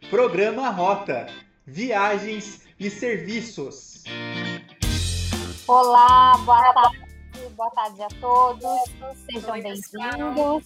Programa Rota, Viagens e Serviços. Olá, boa tarde a todos, sejam bem-vindos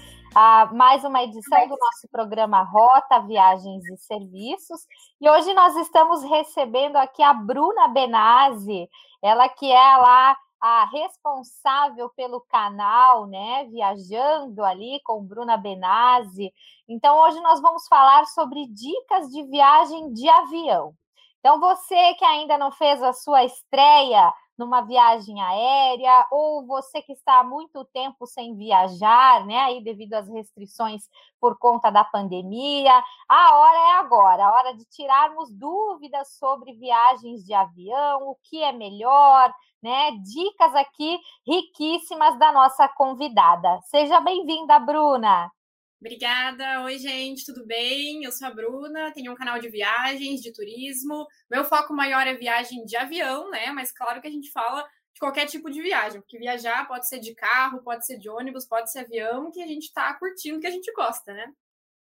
a mais uma edição do nosso programa Rota, Viagens e Serviços. E hoje nós estamos recebendo aqui a Bruna Benazzi, ela que é lá a responsável pelo canal, né, Viajando ali com Bruna Benazzi. Então, hoje nós vamos falar sobre dicas de viagem de avião. Então, você que ainda não fez a sua estreia numa viagem aérea, ou você que está há muito tempo sem viajar, né, aí devido às restrições por conta da pandemia, a hora é agora, a hora de tirarmos dúvidas sobre viagens de avião, o que é melhor, né, dicas aqui riquíssimas da nossa convidada. Seja bem-vinda, Bruna! Obrigada. Oi, gente, tudo bem? Eu sou a Bruna, tenho um canal de viagens, de turismo. Meu foco maior é viagem de avião, né? Mas claro que a gente fala de qualquer tipo de viagem, porque viajar pode ser de carro, pode ser de ônibus, pode ser avião, que a gente está curtindo, que a gente gosta, né?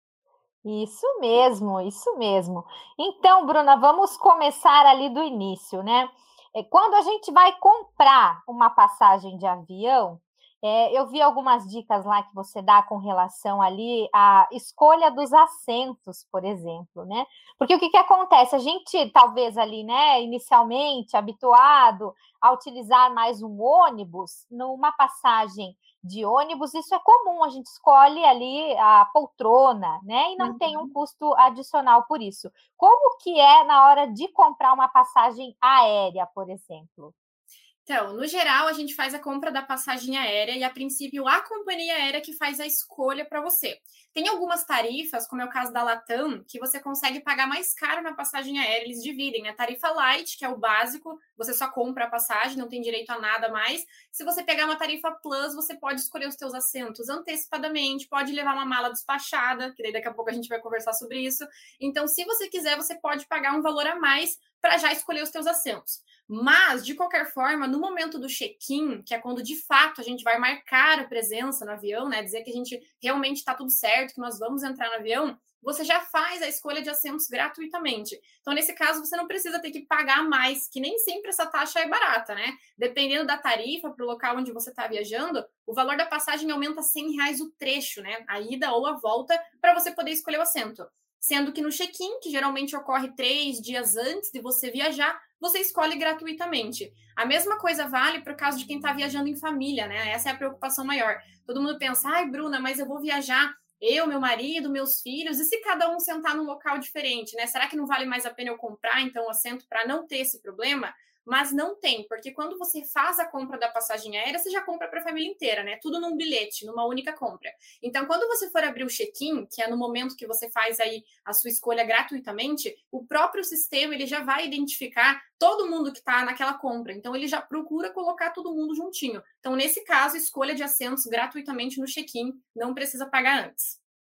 Isso mesmo, isso mesmo. Então, Bruna, vamos começar ali do início, né? Quando a gente vai comprar uma passagem de avião, eu vi algumas dicas lá que você dá com relação ali à escolha dos assentos, por exemplo, né? Porque o que acontece? A gente, talvez ali, né, inicialmente habituado a utilizar mais um ônibus, numa passagem de ônibus, isso é comum, a gente escolhe ali a poltrona, né? E não tem um custo adicional por isso. Como que é na hora de comprar uma passagem aérea, por exemplo? Então, no geral, a gente faz a compra da passagem aérea e, a princípio, a companhia aérea que faz a escolha para você. Tem algumas tarifas, como é o caso da Latam, que você consegue pagar mais caro na passagem aérea. Eles dividem a tarifa light, que é o básico, você só compra a passagem, não tem direito a nada mais. Se você pegar uma tarifa plus, você pode escolher os seus assentos antecipadamente, pode levar uma mala despachada, que daí daqui a pouco a gente vai conversar sobre isso. Então, se você quiser, você pode pagar um valor a mais para já escolher os seus assentos. Mas, de qualquer forma, no momento do check-in, que é quando de fato a gente vai marcar a presença no avião, né, dizer que a gente realmente está tudo certo, que nós vamos entrar no avião, você já faz a escolha de assentos gratuitamente. Então, nesse caso, você não precisa ter que pagar mais, que nem sempre essa taxa é barata, né? Dependendo da tarifa para o local onde você está viajando, o valor da passagem aumenta R$ 100 o trecho, né? A ida ou a volta, para você poder escolher o assento. Sendo que no check-in, que geralmente ocorre 3 dias antes de você viajar, você escolhe gratuitamente. A mesma coisa vale para o caso de quem está viajando em família, né? Essa é a preocupação maior. Todo mundo pensa, ai, Bruna, mas eu vou viajar, eu, meu marido, meus filhos, e se cada um sentar num local diferente, né? Será que não vale mais a pena eu comprar, então, o assento para não ter esse problema? Mas não tem, porque quando você faz a compra da passagem aérea, você já compra para a família inteira, né? Tudo num bilhete, numa única compra. Então, quando você for abrir o check-in, que é no momento que você faz aí a sua escolha gratuitamente, o próprio sistema ele já vai identificar todo mundo que está naquela compra. Então, ele já procura colocar todo mundo juntinho. Então, nesse caso, escolha de assentos gratuitamente no check-in, não precisa pagar antes.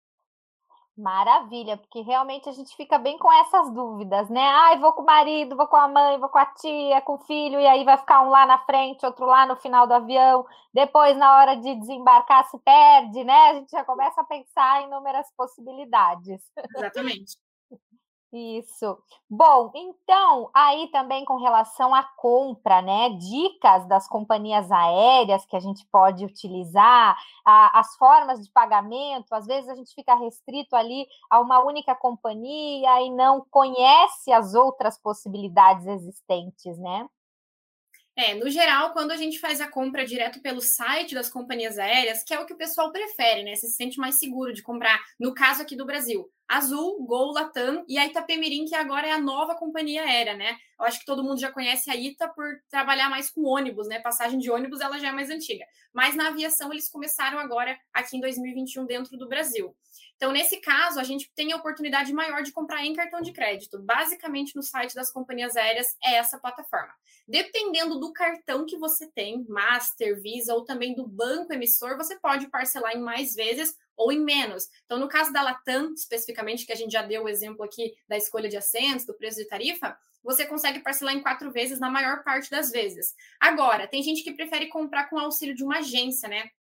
Maravilha, porque realmente a gente fica bem com essas dúvidas, né? Ai, vou com o marido, vou com a mãe, vou com a tia, com o filho, e aí vai ficar um lá na frente, outro lá no final do avião. Depois, na hora de desembarcar, se perde, né? A gente já começa a pensar em inúmeras possibilidades. Exatamente. Isso. Bom, então, aí também com relação à compra, né? Dicas das companhias aéreas que a gente pode utilizar, as formas de pagamento, às vezes a gente fica restrito ali a uma única companhia e não conhece as outras possibilidades existentes, né? No geral, quando a gente faz a compra direto pelo site das companhias aéreas, que é o que o pessoal prefere, né? Se sente mais seguro de comprar, no caso aqui do Brasil. Azul, Gol, Latam e a Itapemirim, que agora é a nova companhia aérea, né? Eu acho que todo mundo já conhece a Ita por trabalhar mais com ônibus, né? Passagem de ônibus, ela já é mais antiga. Mas na aviação, eles começaram agora, aqui em 2021, dentro do Brasil. Então, nesse caso, a gente tem a oportunidade maior de comprar em cartão de crédito. Basicamente, no site das companhias aéreas, é essa plataforma. Dependendo do cartão que você tem, Master, Visa ou também do banco emissor, você pode parcelar em mais vezes ou em menos. Então, no caso da Latam, especificamente, que a gente já deu o exemplo aqui da escolha de assentos, do preço de tarifa, você consegue parcelar em 4 vezes na maior parte das vezes. Agora, tem gente que prefere comprar com auxílio de uma agência, né?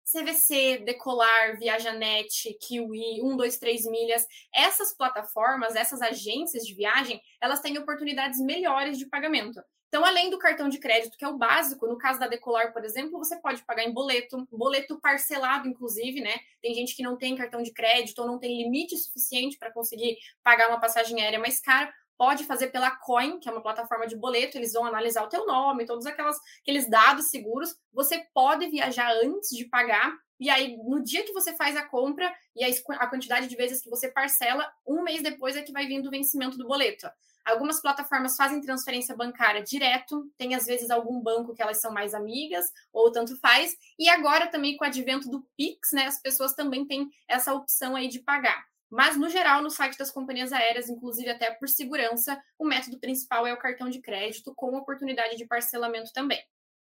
CVC, Decolar, Viajanet, Kiwi, 123 Milhas. Essas plataformas, essas agências de viagem, elas têm oportunidades melhores de pagamento. Então, além do cartão de crédito, que é o básico, no caso da Decolar, por exemplo, você pode pagar em boleto parcelado, inclusive, né? Tem gente que não tem cartão de crédito ou não tem limite suficiente para conseguir pagar uma passagem aérea mais cara. Pode fazer pela Coin, que é uma plataforma de boleto, eles vão analisar o teu nome, todos aqueles dados seguros. Você pode viajar antes de pagar, e aí, no dia que você faz a compra e a quantidade de vezes que você parcela, um mês depois é que vai vindo o vencimento do boleto. Algumas plataformas fazem transferência bancária direto, tem às vezes algum banco que elas são mais amigas, ou tanto faz. E agora também com o advento do Pix, né, as pessoas também têm essa opção aí de pagar. Mas, no geral, no site das companhias aéreas, inclusive até por segurança, o método principal é o cartão de crédito, com oportunidade de parcelamento também.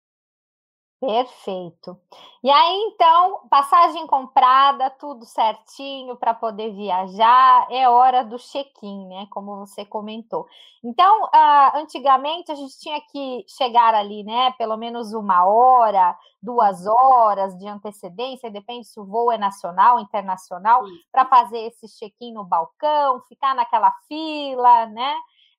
Perfeito. E aí, então, passagem comprada, tudo certinho para poder viajar, é hora do check-in, né? Como você comentou. Então, antigamente a gente tinha que chegar ali, né? Pelo menos 1 hora, 2 horas de antecedência, depende se o voo é nacional, internacional, para fazer esse check-in no balcão, ficar naquela fila, né?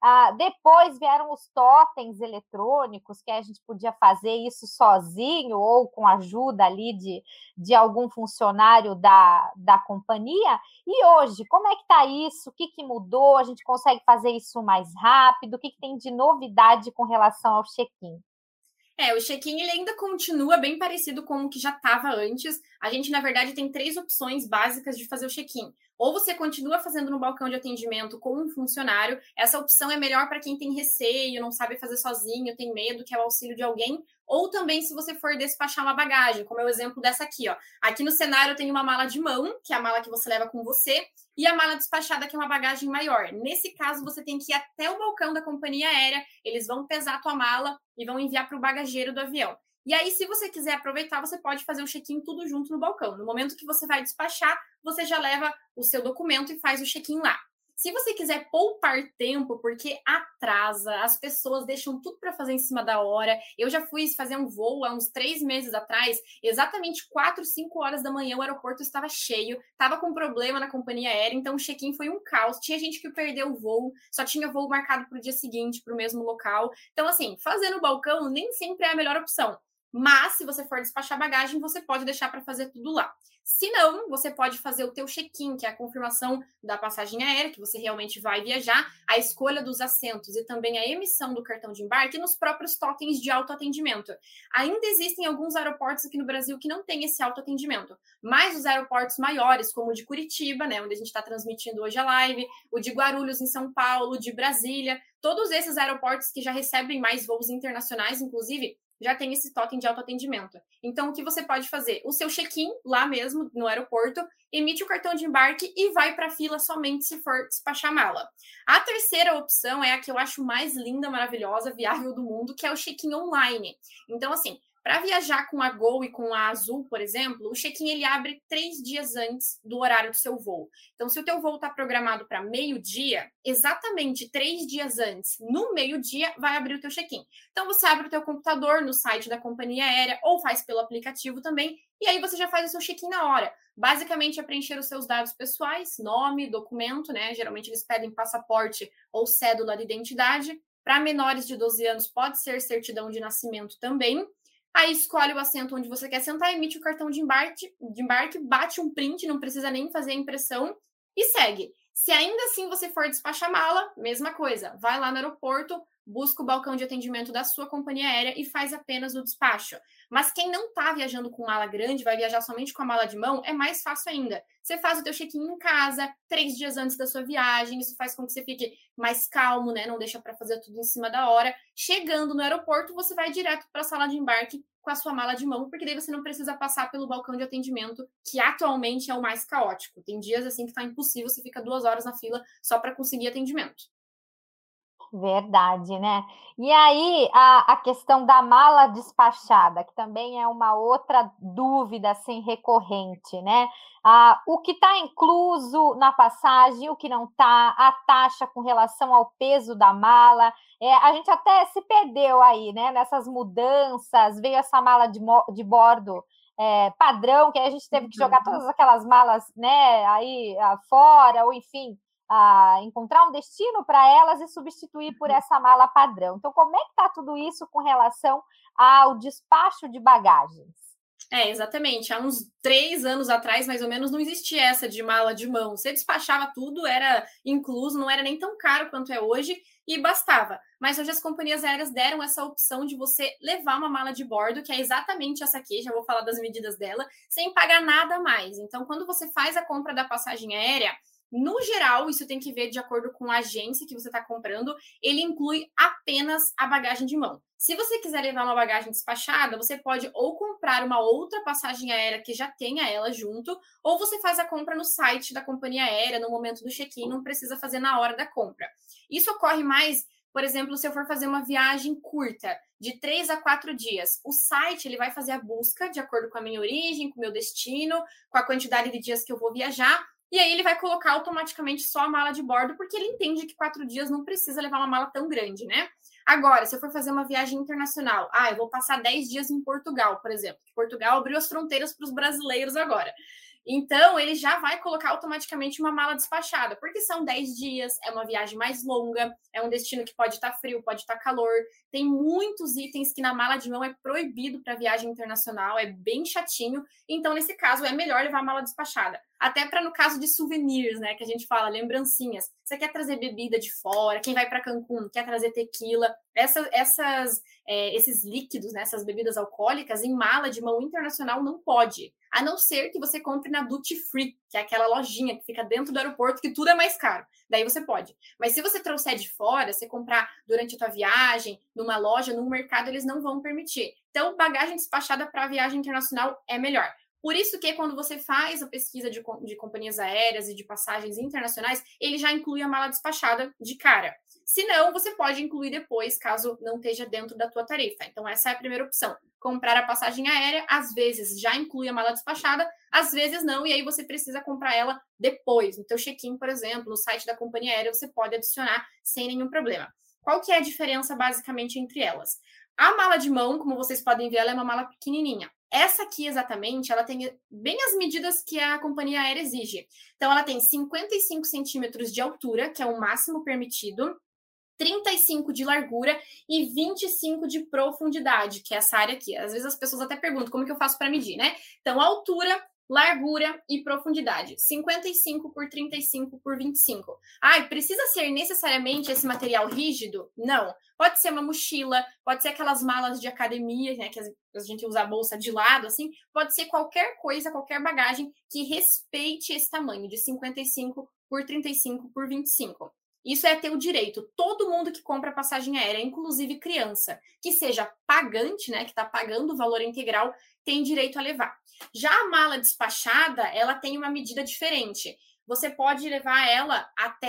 Depois vieram os totens eletrônicos, que a gente podia fazer isso sozinho ou com a ajuda ali de algum funcionário da companhia. E hoje, como é que está isso? O que mudou? A gente consegue fazer isso mais rápido? O que tem de novidade com relação ao check-in? O check-in ele ainda continua bem parecido com o que já estava antes. A gente, na verdade, tem 3 opções básicas de fazer o check-in. Ou você continua fazendo no balcão de atendimento com um funcionário. Essa opção é melhor para quem tem receio, não sabe fazer sozinho, tem medo, quer o auxílio de alguém. Ou também se você for despachar uma bagagem, como é o exemplo dessa aqui, ó. Aqui no cenário eu tenho uma mala de mão, que é a mala que você leva com você, e a mala despachada, que é uma bagagem maior. Nesse caso, você tem que ir até o balcão da companhia aérea, eles vão pesar a tua mala e vão enviar para o bagageiro do avião. E aí, se você quiser aproveitar, você pode fazer o check-in tudo junto no balcão. No momento que você vai despachar, você já leva o seu documento e faz o check-in lá. Se você quiser poupar tempo, porque atrasa, as pessoas deixam tudo para fazer em cima da hora. Eu já fui fazer um voo há uns 3 meses atrás, exatamente 4, 5 horas da manhã, o aeroporto estava cheio, estava com problema na companhia aérea, então o check-in foi um caos. Tinha gente que perdeu o voo, só tinha voo marcado para o dia seguinte, para o mesmo local. Então, assim, fazer no balcão nem sempre é a melhor opção. Mas, se você for despachar bagagem, você pode deixar para fazer tudo lá. Se não, você pode fazer o teu check-in, que é a confirmação da passagem aérea, que você realmente vai viajar, a escolha dos assentos e também a emissão do cartão de embarque nos próprios totens de autoatendimento. Ainda existem alguns aeroportos aqui no Brasil que não têm esse autoatendimento, mas os aeroportos maiores, como o de Curitiba, né, onde a gente está transmitindo hoje a live, o de Guarulhos, em São Paulo, o de Brasília, todos esses aeroportos que já recebem mais voos internacionais, inclusive, já tem esse totem de autoatendimento. Então, o que você pode fazer? O seu check-in, lá mesmo, no aeroporto, emite o cartão de embarque e vai para a fila somente se for despachar mala. A terceira opção é a que eu acho mais linda, maravilhosa, viável do mundo, que é o check-in online. Então, assim, para viajar com a Gol e com a Azul, por exemplo, o check-in ele abre 3 dias antes do horário do seu voo. Então, se o teu voo está programado para meio-dia, exatamente 3 dias antes, no meio-dia, vai abrir o teu check-in. Então, você abre o teu computador no site da companhia aérea ou faz pelo aplicativo também, e aí você já faz o seu check-in na hora. Basicamente, é preencher os seus dados pessoais, nome, documento, né? Geralmente, eles pedem passaporte ou cédula de identidade. Para menores de 12 anos, pode ser certidão de nascimento também. Aí escolhe o assento onde você quer sentar, emite o cartão de embarque, bate um print, não precisa nem fazer a impressão e segue. Se ainda assim você for despachar mala, mesma coisa. Vai lá no aeroporto, busca o balcão de atendimento da sua companhia aérea e faz apenas o despacho. Mas quem não está viajando com mala grande, vai viajar somente com a mala de mão, é mais fácil ainda. Você faz o teu check-in em casa, 3 dias antes da sua viagem, isso faz com que você fique mais calmo, né? Não deixa para fazer tudo em cima da hora. Chegando no aeroporto, você vai direto para a sala de embarque com a sua mala de mão, porque daí você não precisa passar pelo balcão de atendimento, que atualmente é o mais caótico. Tem dias assim que tá impossível, você fica 2 horas na fila só para conseguir atendimento. Verdade, né? E aí, a questão da mala despachada, que também é uma outra dúvida, assim, recorrente, né? O que está incluso na passagem, o que não está, a taxa com relação ao peso da mala. A gente até se perdeu aí, né? Nessas mudanças, veio essa mala de bordo padrão, que aí a gente teve que jogar todas aquelas malas, né, aí fora, ou enfim, encontrar um destino para elas e substituir por essa mala padrão. Então, como é que está tudo isso com relação ao despacho de bagagens? Exatamente. Há uns 3 anos atrás, mais ou menos, não existia essa de mala de mão. Você despachava tudo, era incluso, não era nem tão caro quanto é hoje e bastava. Mas hoje as companhias aéreas deram essa opção de você levar uma mala de bordo, que é exatamente essa aqui, já vou falar das medidas dela, sem pagar nada a mais. Então, quando você faz a compra da passagem aérea, no geral, isso tem que ver de acordo com a agência que você está comprando, ele inclui apenas a bagagem de mão. Se você quiser levar uma bagagem despachada, você pode ou comprar uma outra passagem aérea que já tenha ela junto, ou você faz a compra no site da companhia aérea no momento do check-in, não precisa fazer na hora da compra. Isso ocorre mais, por exemplo, se eu for fazer uma viagem curta, de 3 a 4 dias. O site ele vai fazer a busca de acordo com a minha origem, com o meu destino, com a quantidade de dias que eu vou viajar, e aí ele vai colocar automaticamente só a mala de bordo, porque ele entende que 4 dias não precisa levar uma mala tão grande, né? Agora, se eu for fazer uma viagem internacional, eu vou passar 10 dias em Portugal, por exemplo. Portugal abriu as fronteiras para os brasileiros agora. Então, ele já vai colocar automaticamente uma mala despachada, porque são 10 dias, é uma viagem mais longa, é um destino que pode estar frio, pode estar calor. Tem muitos itens que na mala de mão é proibido para viagem internacional, é bem chatinho. Então, nesse caso, é melhor levar a mala despachada. Até para no caso de souvenirs, né, que a gente fala, lembrancinhas. Você quer trazer bebida de fora, quem vai para Cancún quer trazer tequila, esses líquidos, né, essas bebidas alcoólicas em mala de mão internacional não pode. A não ser que você compre na Duty Free, que é aquela lojinha que fica dentro do aeroporto, que tudo é mais caro. Daí você pode. Mas se você trouxer de fora, você comprar durante a tua viagem, numa loja, num mercado, eles não vão permitir. Então, bagagem despachada para viagem internacional é melhor. Por isso que quando você faz a pesquisa de companhias aéreas e de passagens internacionais, ele já inclui a mala despachada de cara. Se não, você pode incluir depois, caso não esteja dentro da tua tarifa. Então, essa é a primeira opção. Comprar a passagem aérea, às vezes já inclui a mala despachada, às vezes não, e aí você precisa comprar ela depois. No teu check-in, por exemplo, no site da companhia aérea, você pode adicionar sem nenhum problema. Qual que é a diferença, basicamente, entre elas? A mala de mão, como vocês podem ver, ela é uma mala pequenininha. Essa aqui, exatamente, ela tem bem as medidas que a companhia aérea exige. Então, ela tem 55 centímetros de altura, que é o máximo permitido, 35 de largura e 25 de profundidade, que é essa área aqui. Às vezes as pessoas até perguntam como que eu faço para medir, né? Então, altura, largura e profundidade. 55 por 35 por 25. Precisa ser necessariamente esse material rígido? Não. Pode ser uma mochila, pode ser aquelas malas de academia, né, que a gente usa a bolsa de lado, assim. Pode ser qualquer coisa, qualquer bagagem que respeite esse tamanho, de 55 por 35 por 25. Isso é ter o direito. Todo mundo que compra passagem aérea, inclusive criança, que seja pagante, né, que está pagando o valor integral, tem direito a levar. Já a mala despachada, ela tem uma medida diferente. Você pode levar ela até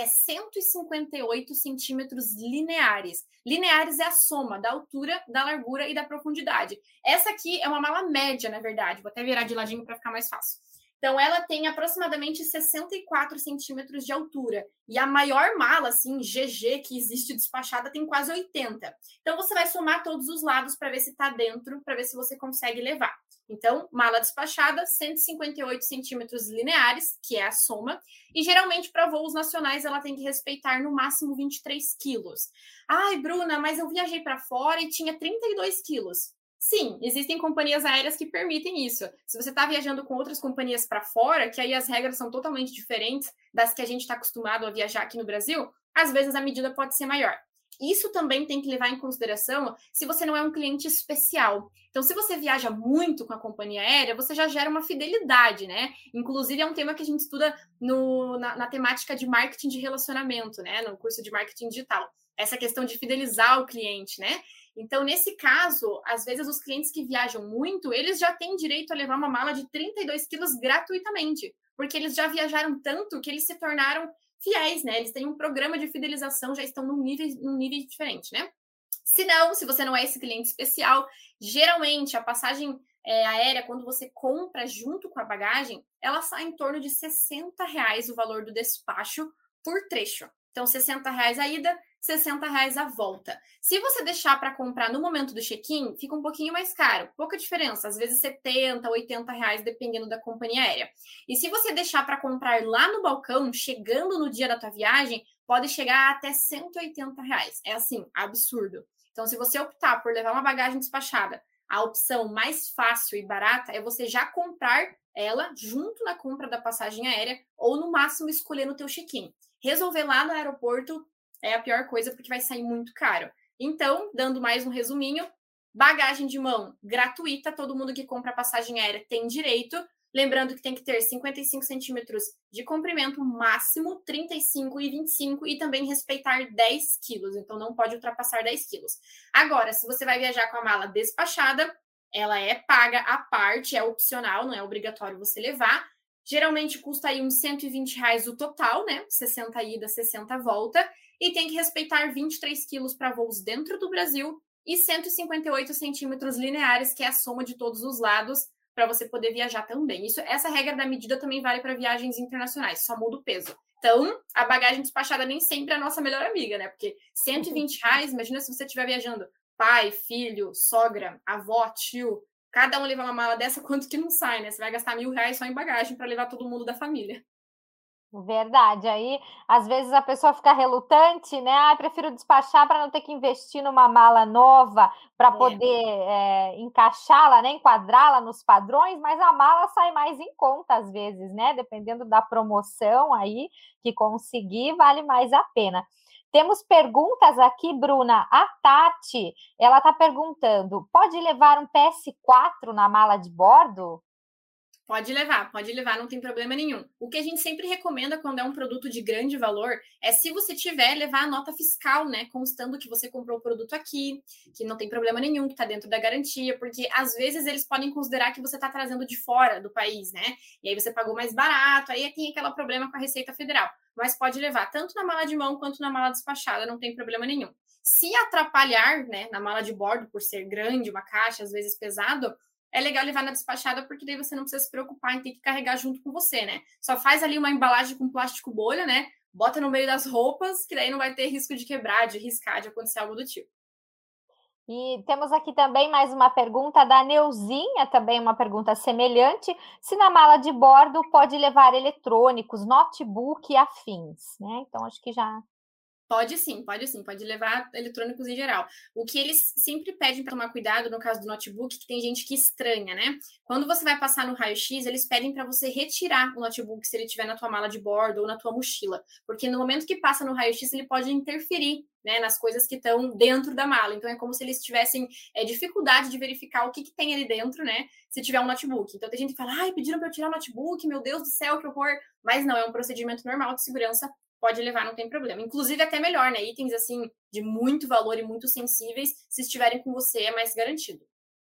158 centímetros lineares. Lineares é a soma da altura, da largura e da profundidade. Essa aqui é uma mala média, na verdade. Vou até virar de ladinho para ficar mais fácil. Então, ela tem aproximadamente 64 centímetros de altura. E a maior mala, assim, GG, que existe despachada, tem quase 80. Então, você vai somar todos os lados para ver se está dentro, para ver se você consegue levar. Então, mala despachada, 158 centímetros lineares, que é a soma. E, geralmente, para voos nacionais, ela tem que respeitar, no máximo, 23 quilos. Bruna, mas eu viajei para fora e tinha 32 quilos. Sim, existem companhias aéreas que permitem isso. Se você está viajando com outras companhias para fora, que aí as regras são totalmente diferentes das que a gente está acostumado a viajar aqui no Brasil, às vezes a medida pode ser maior. Isso também tem que levar em consideração se você não é um cliente especial. Então, se você viaja muito com a companhia aérea, você já gera uma fidelidade, né? Inclusive, é um tema que a gente estuda na temática de marketing de relacionamento, né? No curso de marketing digital. Essa questão de fidelizar o cliente, né? Então, nesse caso, às vezes os clientes que viajam muito, eles já têm direito a levar uma mala de 32 quilos gratuitamente, porque eles já viajaram tanto que eles se tornaram fiéis, né? Eles têm um programa de fidelização, já estão num nível diferente, né? Se você não é esse cliente especial, geralmente a passagem aérea, quando você compra junto com a bagagem, ela sai em torno de R$60 o valor do despacho por trecho. Então, R$60 a ida, R$60 a volta. Se você deixar para comprar no momento do check-in, fica um pouquinho mais caro. Pouca diferença, às vezes R$70, R$80, dependendo da companhia aérea. E se você deixar para comprar lá no balcão, chegando no dia da tua viagem, pode chegar até R$180. É assim, absurdo. Então, se você optar por levar uma bagagem despachada, a opção mais fácil e barata é você já comprar ela junto na compra da passagem aérea ou, no máximo, escolher no teu check-in. Resolver lá no aeroporto é a pior coisa porque vai sair muito caro. Então, dando mais um resuminho, bagagem de mão gratuita, todo mundo que compra passagem aérea tem direito. Lembrando que tem que ter 55 centímetros de comprimento máximo, 35 e 25, e também respeitar 10 quilos. Então, não pode ultrapassar 10 quilos. Agora, se você vai viajar com a mala despachada, ela é paga à parte, é opcional, não é obrigatório você levar. Geralmente custa aí uns R$120 o total, né? 60 ida, 60 volta. E tem que respeitar 23 quilos para voos dentro do Brasil e 158 centímetros lineares, que é a soma de todos os lados, para você poder viajar também. Essa regra da medida também vale para viagens internacionais, só muda o peso. Então, a bagagem despachada nem sempre é a nossa melhor amiga, né? Porque R$120, imagina se você estiver viajando pai, filho, sogra, avó, tio, cada um levar uma mala dessa, quanto que não sai, né? Você vai gastar R$1.000 só em bagagem para levar todo mundo da família. Verdade. Aí, às vezes, a pessoa fica relutante, né? Ah, prefiro despachar para não ter que investir numa mala nova para poder encaixá-la, né? Enquadrá-la nos padrões, mas a mala sai mais em conta, às vezes, né? Dependendo da promoção aí que conseguir, vale mais a pena. Temos perguntas aqui, Bruna. A Tati, ela está perguntando: pode levar um PS4 na mala de bordo? Pode levar, não tem problema nenhum. O que a gente sempre recomenda quando é um produto de grande valor é, se você tiver, levar a nota fiscal, né? Constando que você comprou o produto aqui, que não tem problema nenhum, que está dentro da garantia, porque às vezes eles podem considerar que você está trazendo de fora do país, né? E aí você pagou mais barato, aí tem aquele problema com a Receita Federal. Mas pode levar tanto na mala de mão quanto na mala despachada, não tem problema nenhum. Se atrapalhar, né, na mala de bordo, por ser grande, uma caixa, às vezes pesado, é legal levar na despachada, porque daí você não precisa se preocupar em ter que carregar junto com você, né? Só faz ali uma embalagem com plástico bolha, né? Bota no meio das roupas, que daí não vai ter risco de quebrar, de riscar, de acontecer algo do tipo. E temos aqui também mais uma pergunta da Neuzinha, também uma pergunta semelhante. Se na mala de bordo pode levar eletrônicos, notebook e afins, né? Então, acho que já... Pode sim, pode levar eletrônicos em geral. O que eles sempre pedem para tomar cuidado no caso do notebook, que tem gente que estranha, né? Quando você vai passar no raio-x, eles pedem para você retirar o notebook se ele estiver na tua mala de bordo ou na tua mochila, porque no momento que passa no raio-x, ele pode interferir, né, nas coisas que estão dentro da mala. Então, é como se eles tivessem dificuldade de verificar o que tem ali dentro, né, se tiver um notebook. Então, tem gente que fala, ai, pediram para eu tirar o notebook, meu Deus do céu, que horror. Mas não, é um procedimento normal de segurança, pode levar, não tem problema. Inclusive, até melhor, né? Itens, assim, de muito valor e muito sensíveis, se estiverem com você, é mais garantido.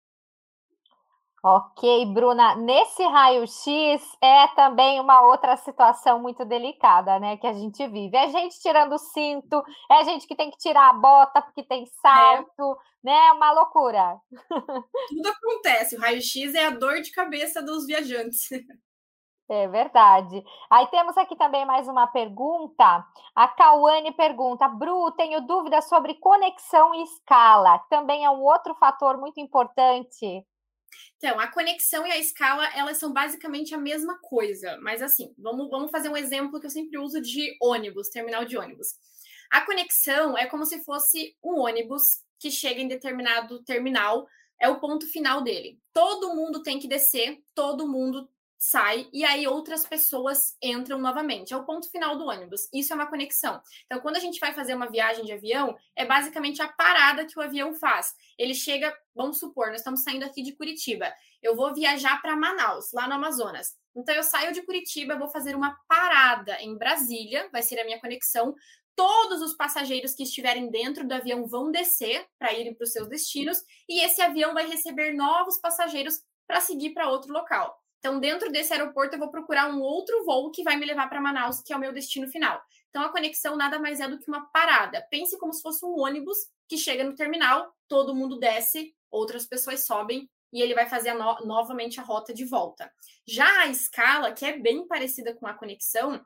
Ok, Bruna. Nesse raio-x é também uma outra situação muito delicada, né? Que a gente vive. É gente tirando o cinto, é gente que tem que tirar a bota porque tem salto, né? Uma loucura. Tudo acontece. O raio-x é a dor de cabeça dos viajantes. É verdade. Aí temos aqui também mais uma pergunta. A Cauane pergunta: Bru, tenho dúvidas sobre conexão e escala. Também é um outro fator muito importante. Então, a conexão e a escala, elas são basicamente a mesma coisa. Mas assim, vamos fazer um exemplo que eu sempre uso de ônibus, terminal de ônibus. A conexão é como se fosse um ônibus que chega em determinado terminal, é o ponto final dele. Todo mundo tem que descer, todo mundo sai, e aí outras pessoas entram novamente. É o ponto final do ônibus. Isso é uma conexão. Então, quando a gente vai fazer uma viagem de avião, é basicamente a parada que o avião faz. Ele chega, vamos supor, nós estamos saindo aqui de Curitiba. Eu vou viajar para Manaus, lá no Amazonas. Então, eu saio de Curitiba, vou fazer uma parada em Brasília, vai ser a minha conexão. Todos os passageiros que estiverem dentro do avião vão descer para irem para os seus destinos, e esse avião vai receber novos passageiros para seguir para outro local. Então, dentro desse aeroporto, eu vou procurar um outro voo que vai me levar para Manaus, que é o meu destino final. Então, a conexão nada mais é do que uma parada. Pense como se fosse um ônibus que chega no terminal, todo mundo desce, outras pessoas sobem, e ele vai fazer novamente a rota de volta. Já a escala, que é bem parecida com a conexão,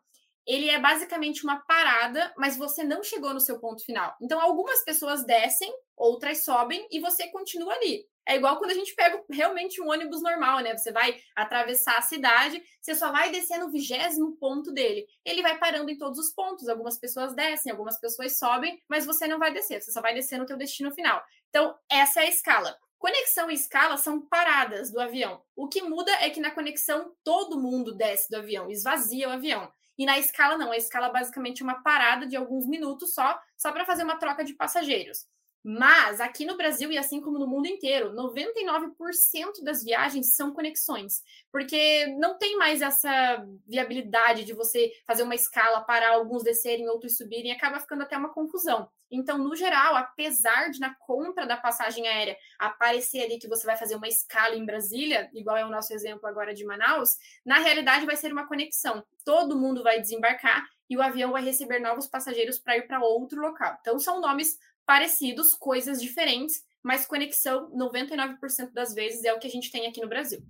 ele é basicamente uma parada, mas você não chegou no seu ponto final. Então, algumas pessoas descem, outras sobem e você continua ali. É igual quando a gente pega realmente um ônibus normal, né? Você vai atravessar a cidade, você só vai descer no 20º ponto dele. Ele vai parando em todos os pontos. Algumas pessoas descem, algumas pessoas sobem, mas você não vai descer. Você só vai descer no teu destino final. Então, essa é a escala. Conexão e escala são paradas do avião. O que muda é que na conexão todo mundo desce do avião, esvazia o avião. E na escala não, a escala basicamente é uma parada de alguns minutos só para fazer uma troca de passageiros. Mas aqui no Brasil, e assim como no mundo inteiro, 99% das viagens são conexões, porque não tem mais essa viabilidade de você fazer uma escala, parar, alguns descerem, outros subirem, acaba ficando até uma confusão. Então, no geral, apesar de na compra da passagem aérea aparecer ali que você vai fazer uma escala em Brasília, igual é o nosso exemplo agora de Manaus, na realidade vai ser uma conexão. Todo mundo vai desembarcar e o avião vai receber novos passageiros para ir para outro local. Então, são nomes parecidos, coisas diferentes, mas conexão 99% das vezes é o que a gente tem aqui no Brasil.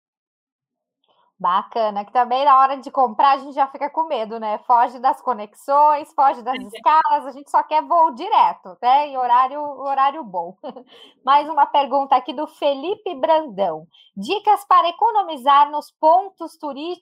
Bacana, que também na hora de comprar a gente já fica com medo, né? Foge das conexões, foge das escalas, a gente só quer voo direto, né? Em horário bom. Mais uma pergunta aqui do Felipe Brandão. Dicas para economizar nos pontos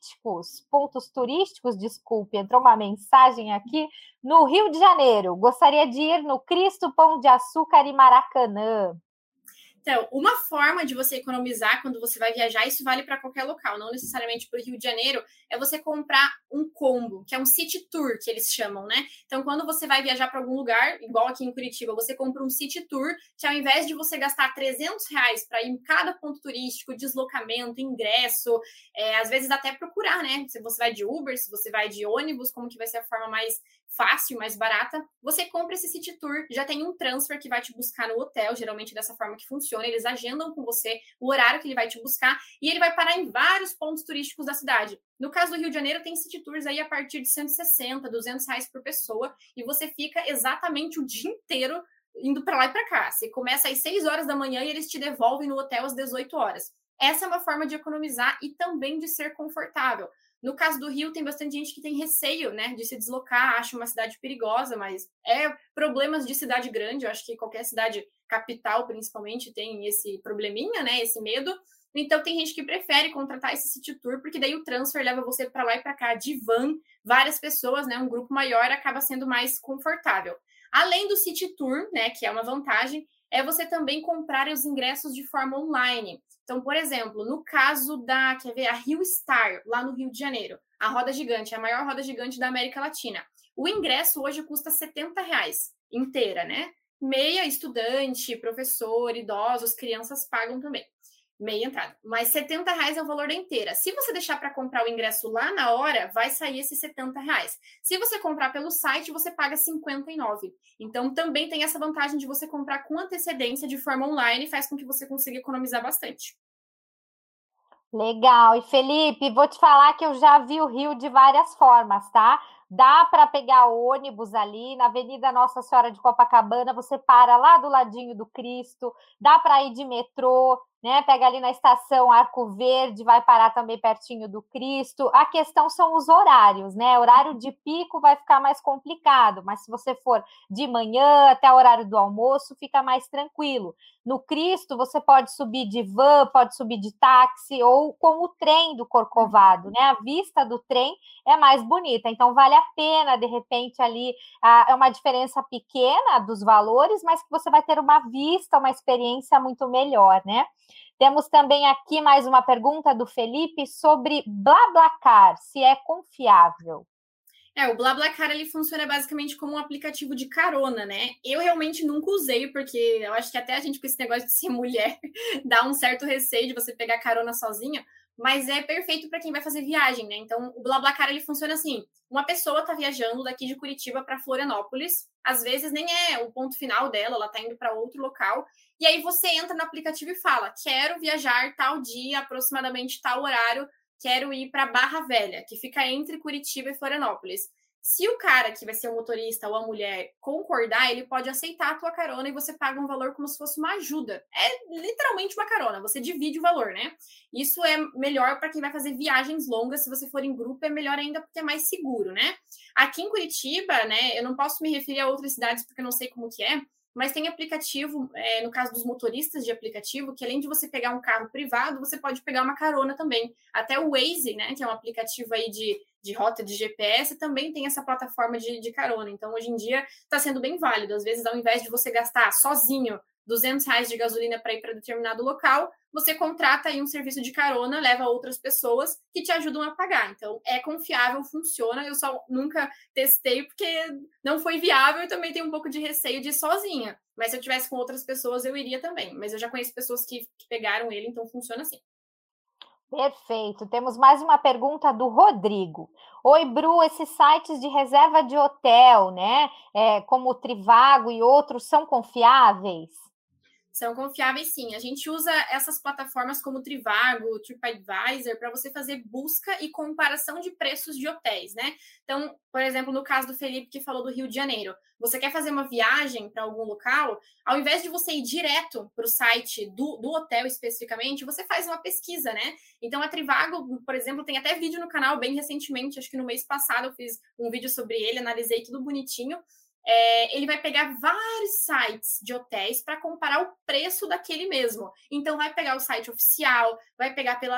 turísticos, desculpe, entrou uma mensagem aqui, no Rio de Janeiro. Gostaria de ir no Cristo, Pão de Açúcar e Maracanã. Então, uma forma de você economizar quando você vai viajar, isso vale para qualquer local, não necessariamente para o Rio de Janeiro, é você comprar um combo, que é um city tour, que eles chamam, né? Então, quando você vai viajar para algum lugar, igual aqui em Curitiba, você compra um city tour, que ao invés de você gastar R$300 para ir em cada ponto turístico, deslocamento, ingresso, às vezes até procurar, né? Se você vai de Uber, se você vai de ônibus, como que vai ser a forma mais fácil, mais barata, você compra esse city tour, já tem um transfer que vai te buscar no hotel, geralmente dessa forma que funciona, eles agendam com você o horário que ele vai te buscar e ele vai parar em vários pontos turísticos da cidade. No caso do Rio de Janeiro, tem city tours aí a partir de 160, R$200 por pessoa e você fica exatamente o dia inteiro indo para lá e para cá. Você começa às 6 horas da manhã e eles te devolvem no hotel às 18 horas. Essa é uma forma de economizar e também de ser confortável. No caso do Rio, tem bastante gente que tem receio, né, de se deslocar, acha uma cidade perigosa, mas é problemas de cidade grande. Eu acho que qualquer cidade capital, principalmente, tem esse probleminha, né, esse medo. Então, tem gente que prefere contratar esse city tour, porque daí o transfer leva você para lá e para cá de van, várias pessoas, né, um grupo maior, acaba sendo mais confortável. Além do city tour, né, que é uma vantagem, é você também comprar os ingressos de forma online. Então, por exemplo, no caso da, a Rio Star, lá no Rio de Janeiro, a roda gigante, a maior roda gigante da América Latina. O ingresso hoje custa R$70 inteira, né? Meia, estudante, professor, idosos, crianças pagam também. Meia entrada. Mas R$70 é o valor da inteira. Se você deixar para comprar o ingresso lá na hora, vai sair esses R$70. Se você comprar pelo site, você paga R$59. Então, também tem essa vantagem de você comprar com antecedência de forma online, faz com que você consiga economizar bastante. Legal. E Felipe, vou te falar que eu já vi o Rio de várias formas, tá? Dá para pegar ônibus ali na Avenida Nossa Senhora de Copacabana, você para lá do ladinho do Cristo, dá para ir de metrô, né? Pega ali na estação Arco Verde, vai parar também pertinho do Cristo. A questão são os horários, né? Horário de pico vai ficar mais complicado, mas se você for de manhã até o horário do almoço, fica mais tranquilo. No Cristo, você pode subir de van, pode subir de táxi ou com o trem do Corcovado, né? A vista do trem é mais bonita, então vale a pena, de repente, ali é uma diferença pequena dos valores, mas que você vai ter uma vista, uma experiência muito melhor, né? Temos também aqui mais uma pergunta do Felipe sobre BlaBlaCar, se é confiável. O BlaBlaCar, ele funciona basicamente como um aplicativo de carona, né? Eu realmente nunca usei, porque eu acho que até a gente com esse negócio de ser mulher dá um certo receio de você pegar carona sozinha, mas é perfeito para quem vai fazer viagem, né? Então, o BlaBlaCar, ele funciona assim, uma pessoa tá viajando daqui de Curitiba para Florianópolis, às vezes nem é o ponto final dela, ela tá indo para outro local, e aí você entra no aplicativo e fala, quero viajar tal dia, aproximadamente tal horário, quero ir para Barra Velha, que fica entre Curitiba e Florianópolis. Se o cara que vai ser o motorista ou a mulher concordar, ele pode aceitar a tua carona e você paga um valor como se fosse uma ajuda. É literalmente uma carona, você divide o valor, né? Isso é melhor para quem vai fazer viagens longas. Se você for em grupo, é melhor ainda porque é mais seguro, né? Aqui em Curitiba, né, eu não posso me referir a outras cidades porque eu não sei como que é, mas tem aplicativo, no caso dos motoristas de aplicativo, que além de você pegar um carro privado, você pode pegar uma carona também. Até o Waze, né, que é um aplicativo aí de rota de GPS, também tem essa plataforma de carona. Então, hoje em dia, está sendo bem válido. Às vezes, ao invés de você gastar sozinho R$ 200 de gasolina para ir para determinado local, você contrata aí um serviço de carona, leva outras pessoas que te ajudam a pagar. Então, é confiável, funciona. Eu só nunca testei porque não foi viável e também tenho um pouco de receio de ir sozinha. Mas se eu tivesse com outras pessoas, eu iria também. Mas eu já conheço pessoas que pegaram ele, então funciona assim. Perfeito. Temos mais uma pergunta do Rodrigo. Oi, Bru, esses sites de reserva de hotel, né, como o Trivago e outros, são confiáveis? São confiáveis, sim. A gente usa essas plataformas como o Trivago, o TripAdvisor, para você fazer busca e comparação de preços de hotéis, né? Então, por exemplo, no caso do Felipe, que falou do Rio de Janeiro, você quer fazer uma viagem para algum local, ao invés de você ir direto para o site do hotel especificamente, você faz uma pesquisa, né? Então, a Trivago, por exemplo, tem até vídeo no canal bem recentemente, acho que no mês passado eu fiz um vídeo sobre ele, analisei tudo bonitinho. Ele vai pegar vários sites de hotéis para comparar o preço daquele mesmo. Então, vai pegar o site oficial, vai pegar pela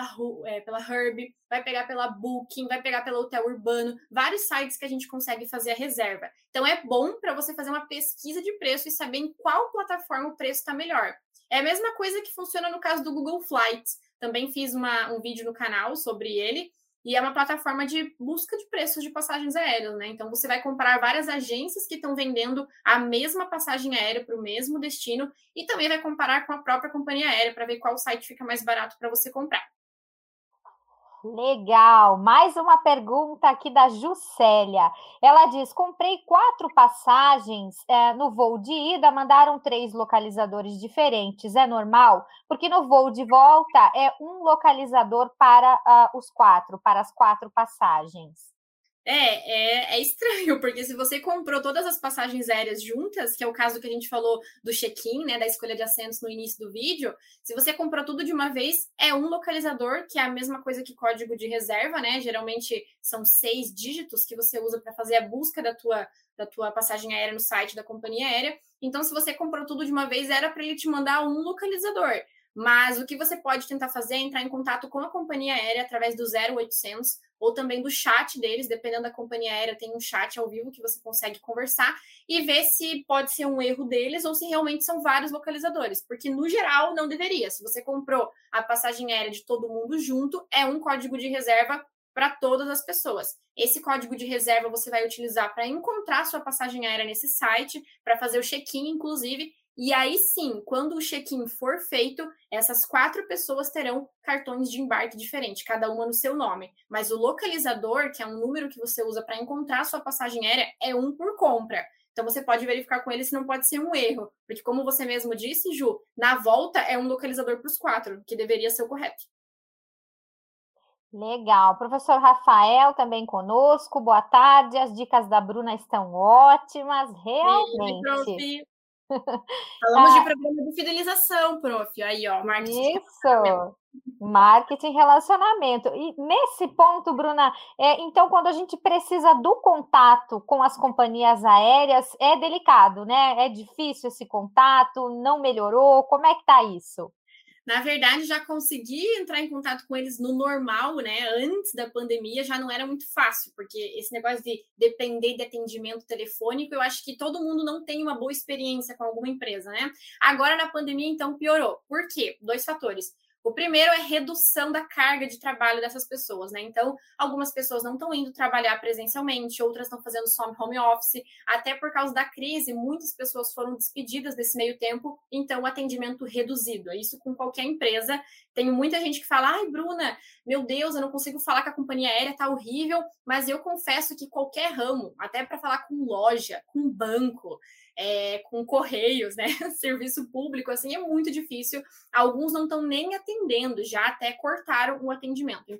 Herb, vai pegar pela Booking, vai pegar pelo Hotel Urbano, vários sites que a gente consegue fazer a reserva. Então, é bom para você fazer uma pesquisa de preço e saber em qual plataforma o preço está melhor. É a mesma coisa que funciona no caso do Google Flights. Também fiz um vídeo no canal sobre ele. E é uma plataforma de busca de preços de passagens aéreas, né? Então, você vai comparar várias agências que estão vendendo a mesma passagem aérea para o mesmo destino e também vai comparar com a própria companhia aérea para ver qual site fica mais barato para você comprar. Legal. Mais uma pergunta aqui da Juscelia. Ela diz: comprei 4 passagens no voo de ida, mandaram 3 localizadores diferentes. É normal? Porque no voo de volta é um localizador para os 4, para as 4 passagens. É estranho, porque se você comprou todas as passagens aéreas juntas, que é o caso que a gente falou do check-in, né, da escolha de assentos no início do vídeo, se você comprou tudo de uma vez, é um localizador, que é a mesma coisa que código de reserva, né? Geralmente são 6 dígitos que você usa para fazer a busca da tua passagem aérea no site da companhia aérea. Então, se você comprou tudo de uma vez, era para ele te mandar um localizador. Mas o que você pode tentar fazer é entrar em contato com a companhia aérea através do 0800 ou também do chat deles, dependendo da companhia aérea, tem um chat ao vivo que você consegue conversar e ver se pode ser um erro deles ou se realmente são vários localizadores, porque no geral não deveria. Se você comprou a passagem aérea de todo mundo junto, é um código de reserva para todas as pessoas. Esse código de reserva você vai utilizar para encontrar sua passagem aérea nesse site, para fazer o check-in, inclusive. E aí sim, quando o check-in for feito, essas 4 pessoas terão cartões de embarque diferentes, cada uma no seu nome. Mas o localizador, que é um número que você usa para encontrar a sua passagem aérea, é um por compra. Então você pode verificar com ele se não pode ser um erro. Porque como você mesmo disse, Ju, na volta é um localizador para os 4, que deveria ser o correto. Legal. Professor Rafael também conosco. Boa tarde. As dicas da Bruna estão ótimas, realmente. Falamos de programa de fidelização, prof. Aí, ó, marketing. Isso, marketing e relacionamento. E nesse ponto, Bruna, então, quando a gente precisa do contato com as companhias aéreas, é delicado, né? É difícil esse contato, não melhorou. Como é que tá isso? Na verdade, já consegui entrar em contato com eles no normal, né? Antes da pandemia já não era muito fácil, porque esse negócio de depender de atendimento telefônico, eu acho que todo mundo não tem uma boa experiência com alguma empresa, né? Agora, na pandemia, então, piorou. Por quê? 2 fatores. O primeiro é redução da carga de trabalho dessas pessoas, né? Então, algumas pessoas não estão indo trabalhar presencialmente, outras estão fazendo só home office. Até por causa da crise, muitas pessoas foram despedidas nesse meio tempo, então o atendimento reduzido. Isso com qualquer empresa. Tem muita gente que fala: ai, Bruna, meu Deus, eu não consigo falar que a companhia aérea tá horrível, mas eu confesso que qualquer ramo, até para falar com loja, com banco, com correios, né? Serviço público, assim, é muito difícil. Alguns não estão nem atendendo, já até cortaram o atendimento. Então,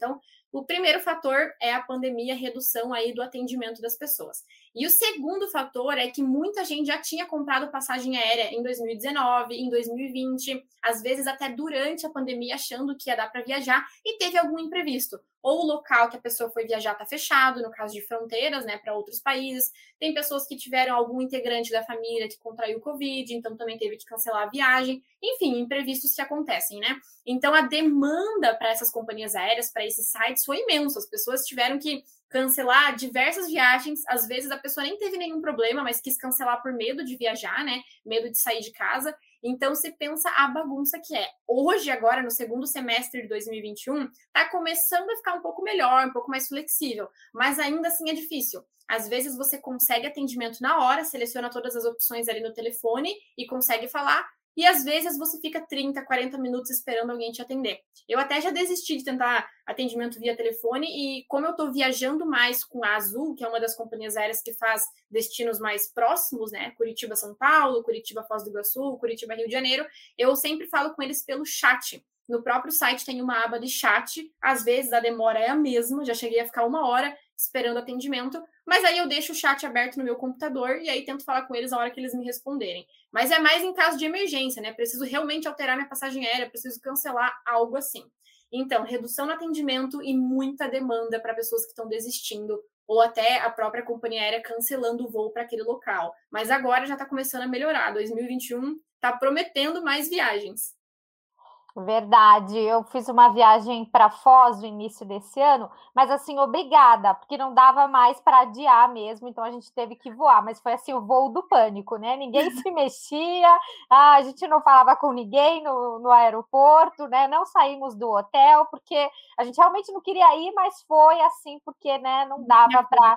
O primeiro fator é a pandemia, a redução aí do atendimento das pessoas. E o segundo fator é que muita gente já tinha comprado passagem aérea em 2019, em 2020, às vezes até durante a pandemia, achando que ia dar para viajar e teve algum imprevisto. Ou o local que a pessoa foi viajar está fechado, no caso de fronteiras, né, para outros países. Tem pessoas que tiveram algum integrante da família que contraiu Covid, então também teve que cancelar a viagem. Enfim, imprevistos que acontecem, né? Então, a demanda para essas companhias aéreas, para esses sites, foi imensa. As pessoas tiveram que cancelar diversas viagens. Às vezes, a pessoa nem teve nenhum problema, mas quis cancelar por medo de viajar, né? Medo de sair de casa. Então, você pensa a bagunça que é. Hoje, agora, no segundo semestre de 2021, está começando a ficar um pouco melhor, um pouco mais flexível. Mas ainda assim é difícil. Às vezes, você consegue atendimento na hora, seleciona todas as opções ali no telefone e consegue falar. E às vezes você fica 30, 40 minutos esperando alguém te atender. Eu até já desisti de tentar atendimento via telefone e como eu estou viajando mais com a Azul, que é uma das companhias aéreas que faz destinos mais próximos, né? Curitiba, São Paulo, Curitiba, Foz do Iguaçu, Curitiba, Rio de Janeiro, eu sempre falo com eles pelo chat. No próprio site tem uma aba de chat, às vezes a demora é a mesma, já cheguei a ficar 1 hora esperando atendimento, mas aí eu deixo o chat aberto no meu computador e aí tento falar com eles na hora que eles me responderem. Mas é mais em caso de emergência, né? Preciso realmente alterar minha passagem aérea, preciso cancelar algo assim. Então, redução no atendimento e muita demanda para pessoas que estão desistindo ou até a própria companhia aérea cancelando o voo para aquele local. Mas agora já está começando a melhorar. 2021 está prometendo mais viagens. Verdade, eu fiz uma viagem para Foz no início desse ano, mas assim, obrigada, porque não dava mais para adiar mesmo, então a gente teve que voar, mas foi assim, o voo do pânico, né? Ninguém se mexia, a gente não falava com ninguém no aeroporto, né? Não saímos do hotel, porque a gente realmente não queria ir, mas foi assim, porque né, não dava para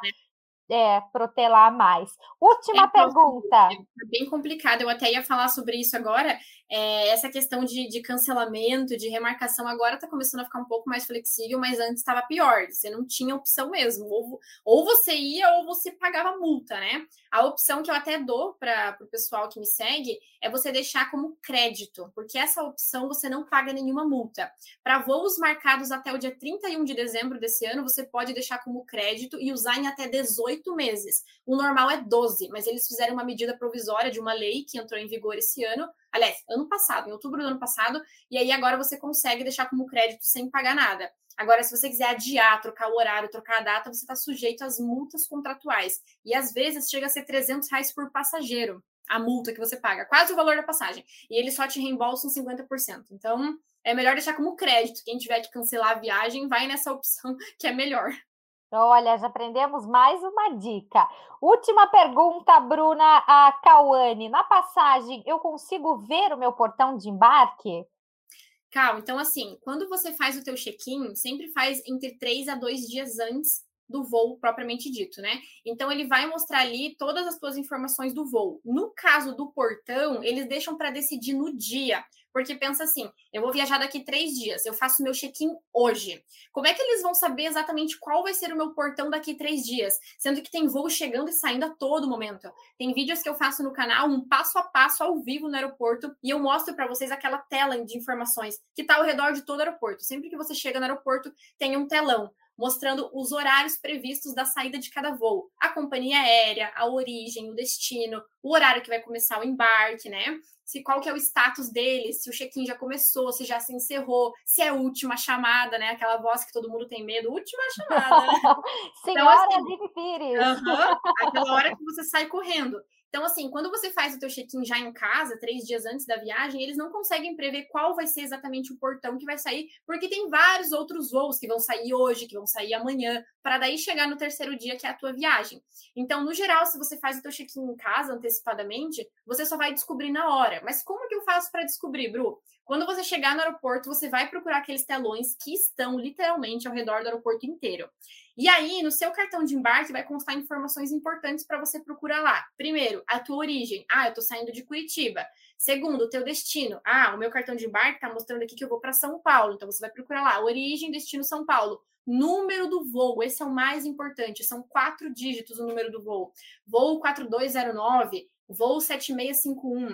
protelar mais. Última pergunta. É bem complicado, eu até ia falar sobre isso agora. Essa questão de cancelamento, de remarcação, agora está começando a ficar um pouco mais flexível, mas antes estava pior. Você não tinha opção mesmo. Ou você ia ou você pagava multa, né? A opção que eu até dou para o pessoal que me segue é você deixar como crédito, porque essa opção você não paga nenhuma multa. Para voos marcados até o dia 31 de dezembro desse ano, você pode deixar como crédito e usar em até 18 meses. O normal é 12, mas eles fizeram uma medida provisória de uma lei que entrou em vigor esse ano, aliás, ano passado, em outubro do ano passado, e aí agora você consegue deixar como crédito sem pagar nada. Agora, se você quiser adiar, trocar o horário, trocar a data, você está sujeito às multas contratuais. E às vezes chega a ser R$300 por passageiro, a multa que você paga, quase o valor da passagem. E eles só te reembolsam 50%. Então, é melhor deixar como crédito. Quem tiver que cancelar a viagem, vai nessa opção que é melhor. Olha, já aprendemos mais uma dica. Última pergunta, Bruna, a Cauane. Na passagem, eu consigo ver o meu portão de embarque? Cal, então assim, quando você faz o teu check-in, sempre faz entre 3 a 2 dias antes do voo propriamente dito, né? Então ele vai mostrar ali todas as tuas informações do voo. No caso do portão, eles deixam para decidir no dia, porque pensa assim, eu vou viajar daqui 3 dias, eu faço meu check-in hoje. Como é que eles vão saber exatamente qual vai ser o meu portão daqui 3 dias? Sendo que tem voo chegando e saindo a todo momento. Tem vídeos que eu faço no canal, um passo a passo ao vivo no aeroporto, e eu mostro para vocês aquela tela de informações que está ao redor de todo o aeroporto. Sempre que você chega no aeroporto, tem um telão mostrando os horários previstos da saída de cada voo. A companhia aérea, a origem, o destino, o horário que vai começar o embarque, né? Qual que é o status dele, se o check-in já começou, se já se encerrou, se é a última chamada, né? Aquela voz que todo mundo tem medo, última chamada, né? Senhora então, assim, Pires. Aquela hora que você sai correndo. Então, assim, quando você faz o teu check-in já em casa, 3 dias antes da viagem, eles não conseguem prever qual vai ser exatamente o portão que vai sair, porque tem vários outros voos que vão sair hoje, que vão sair amanhã, para daí chegar no terceiro dia, que é a tua viagem. Então, no geral, se você faz o teu check-in em casa antecipadamente, você só vai descobrir na hora. Mas como que eu faço para descobrir, Bru? Quando você chegar no aeroporto, você vai procurar aqueles telões que estão literalmente ao redor do aeroporto inteiro. E aí, no seu cartão de embarque, vai constar informações importantes para você procurar lá. Primeiro, a tua origem. Ah, eu estou saindo de Curitiba. Segundo, o teu destino. Ah, o meu cartão de embarque está mostrando aqui que eu vou para São Paulo. Então, você vai procurar lá. Origem, destino, São Paulo. Número do voo. Esse é o mais importante. São 4 dígitos o número do voo. Voo 4209, voo 7651.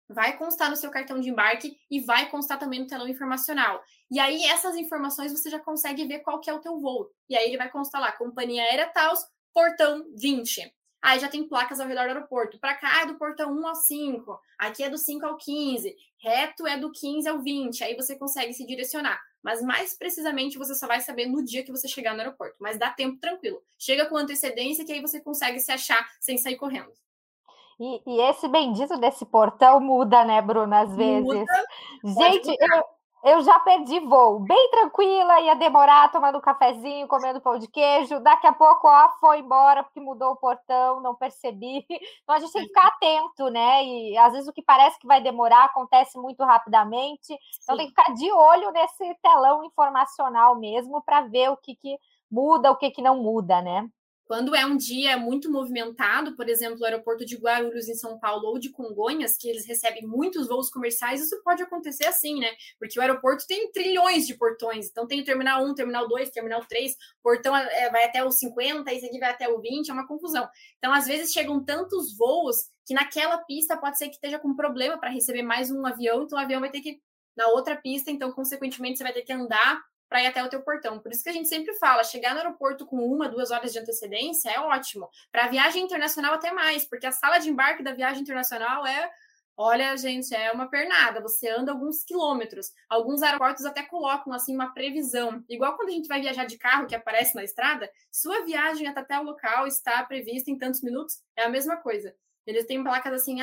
vai constar no seu cartão de embarque e vai constar também no telão informacional. E aí, essas informações você já consegue ver qual que é o teu voo. E aí ele vai constar lá, companhia aérea Taos, portão 20. Aí já tem placas ao redor do aeroporto. Para cá é do portão 1 ao 5, aqui é do 5 ao 15, reto é do 15 ao 20. Aí você consegue se direcionar. Mas mais precisamente você só vai saber no dia que você chegar no aeroporto. Mas dá tempo tranquilo. Chega com antecedência que aí você consegue se achar sem sair correndo. E esse bendito desse portão muda, né, Bruna, às vezes. Muda, Gente, eu já perdi voo. Bem tranquila, ia demorar tomando um cafezinho, comendo pão de queijo. Daqui a pouco, foi embora porque mudou o portão, não percebi. Então a gente tem que ficar atento, né? E às vezes o que parece que vai demorar acontece muito rapidamente. Então tem que ficar de olho nesse telão informacional mesmo para ver o que muda, o que não muda, né? Quando é um dia muito movimentado, por exemplo, o aeroporto de Guarulhos, em São Paulo, ou de Congonhas, que eles recebem muitos voos comerciais, isso pode acontecer assim, né? Porque o aeroporto tem trilhões de portões. Então, tem o terminal 1, terminal 2, terminal 3, portão vai até o 50, esse aqui vai até o 20, é uma confusão. Então, às vezes, chegam tantos voos que naquela pista pode ser que esteja com problema para receber mais um avião, então o avião vai ter que ir na outra pista, então, consequentemente, você vai ter que andar para ir até o teu portão. Por isso que a gente sempre fala, chegar no aeroporto com 1, 2 horas de antecedência é ótimo. Para viagem internacional até mais, porque a sala de embarque da viagem internacional olha, gente, é uma pernada. Você anda alguns quilômetros. Alguns aeroportos até colocam, assim, uma previsão. Igual quando a gente vai viajar de carro, que aparece na estrada, sua viagem até o local está prevista em tantos minutos, é a mesma coisa. Eles têm placas assim,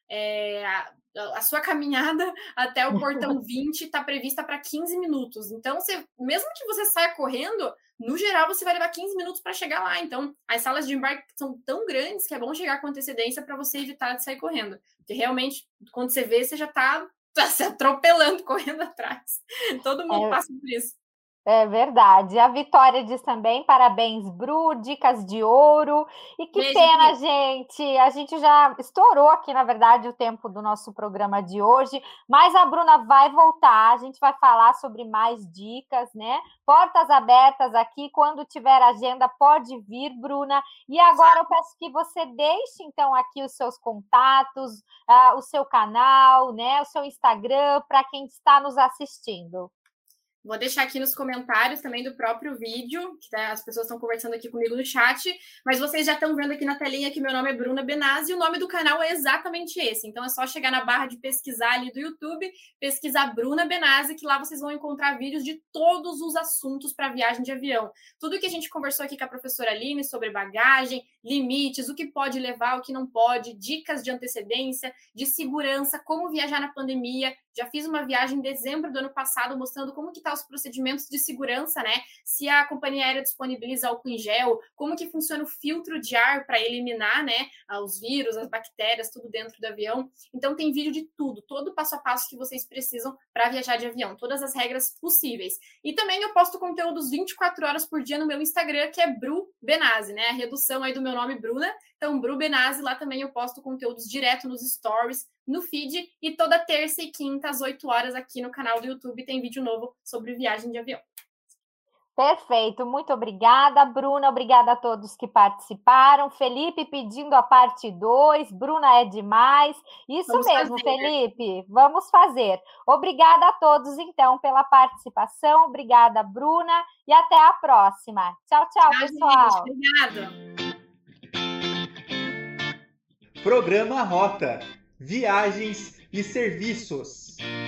a sua caminhada até o portão 20 está prevista para 15 minutos. Então, mesmo que você saia correndo, no geral, você vai levar 15 minutos para chegar lá. Então, as salas de embarque são tão grandes que é bom chegar com antecedência para você evitar de sair correndo. Porque, realmente, quando você vê, você já está se atropelando, correndo atrás. Todo mundo passa por isso. É verdade. A Vitória diz também, parabéns, Bru, dicas de ouro. E que pena, gente, a gente já estourou aqui, na verdade, o tempo do nosso programa de hoje, mas a Bruna vai voltar, a gente vai falar sobre mais dicas, né? Portas abertas aqui, quando tiver agenda, pode vir, Bruna. E agora eu peço que você deixe, então, aqui os seus contatos, o seu canal, né? O seu Instagram, para quem está nos assistindo. Vou deixar aqui nos comentários também do próprio vídeo, que as pessoas estão conversando aqui comigo no chat, mas vocês já estão vendo aqui na telinha que meu nome é Bruna Benazzi e o nome do canal é exatamente esse. Então é só chegar na barra de pesquisar ali do YouTube, pesquisar Bruna Benazzi, que lá vocês vão encontrar vídeos de todos os assuntos para viagem de avião. Tudo que a gente conversou aqui com a professora Aline sobre bagagem, limites, o que pode levar, o que não pode, dicas de antecedência, de segurança, como viajar na pandemia. Já fiz uma viagem em dezembro do ano passado mostrando como que tá os procedimentos de segurança, né? Se a companhia aérea disponibiliza álcool em gel, como que funciona o filtro de ar para eliminar, né, os vírus, as bactérias, tudo dentro do avião. Então tem vídeo de tudo, todo o passo a passo que vocês precisam para viajar de avião, todas as regras possíveis. E também eu posto conteúdos 24 horas por dia no meu Instagram, que é Bru Benazzi, né? A redução aí do meu nome, Bruna. Então, Bru Benazzi, lá também eu posto conteúdos direto nos stories, no feed, e toda terça e quinta, às 8 horas, aqui no canal do YouTube, tem vídeo novo sobre viagem de avião. Perfeito, muito obrigada, Bruna, obrigada a todos que participaram. Felipe pedindo a parte 2, Bruna é demais. Isso vamos mesmo, fazer. Felipe, vamos fazer. Obrigada a todos, então, pela participação. Obrigada, Bruna, e até a próxima. Tchau, pessoal. Gente, obrigada. Programa Rota, Viagens e Serviços.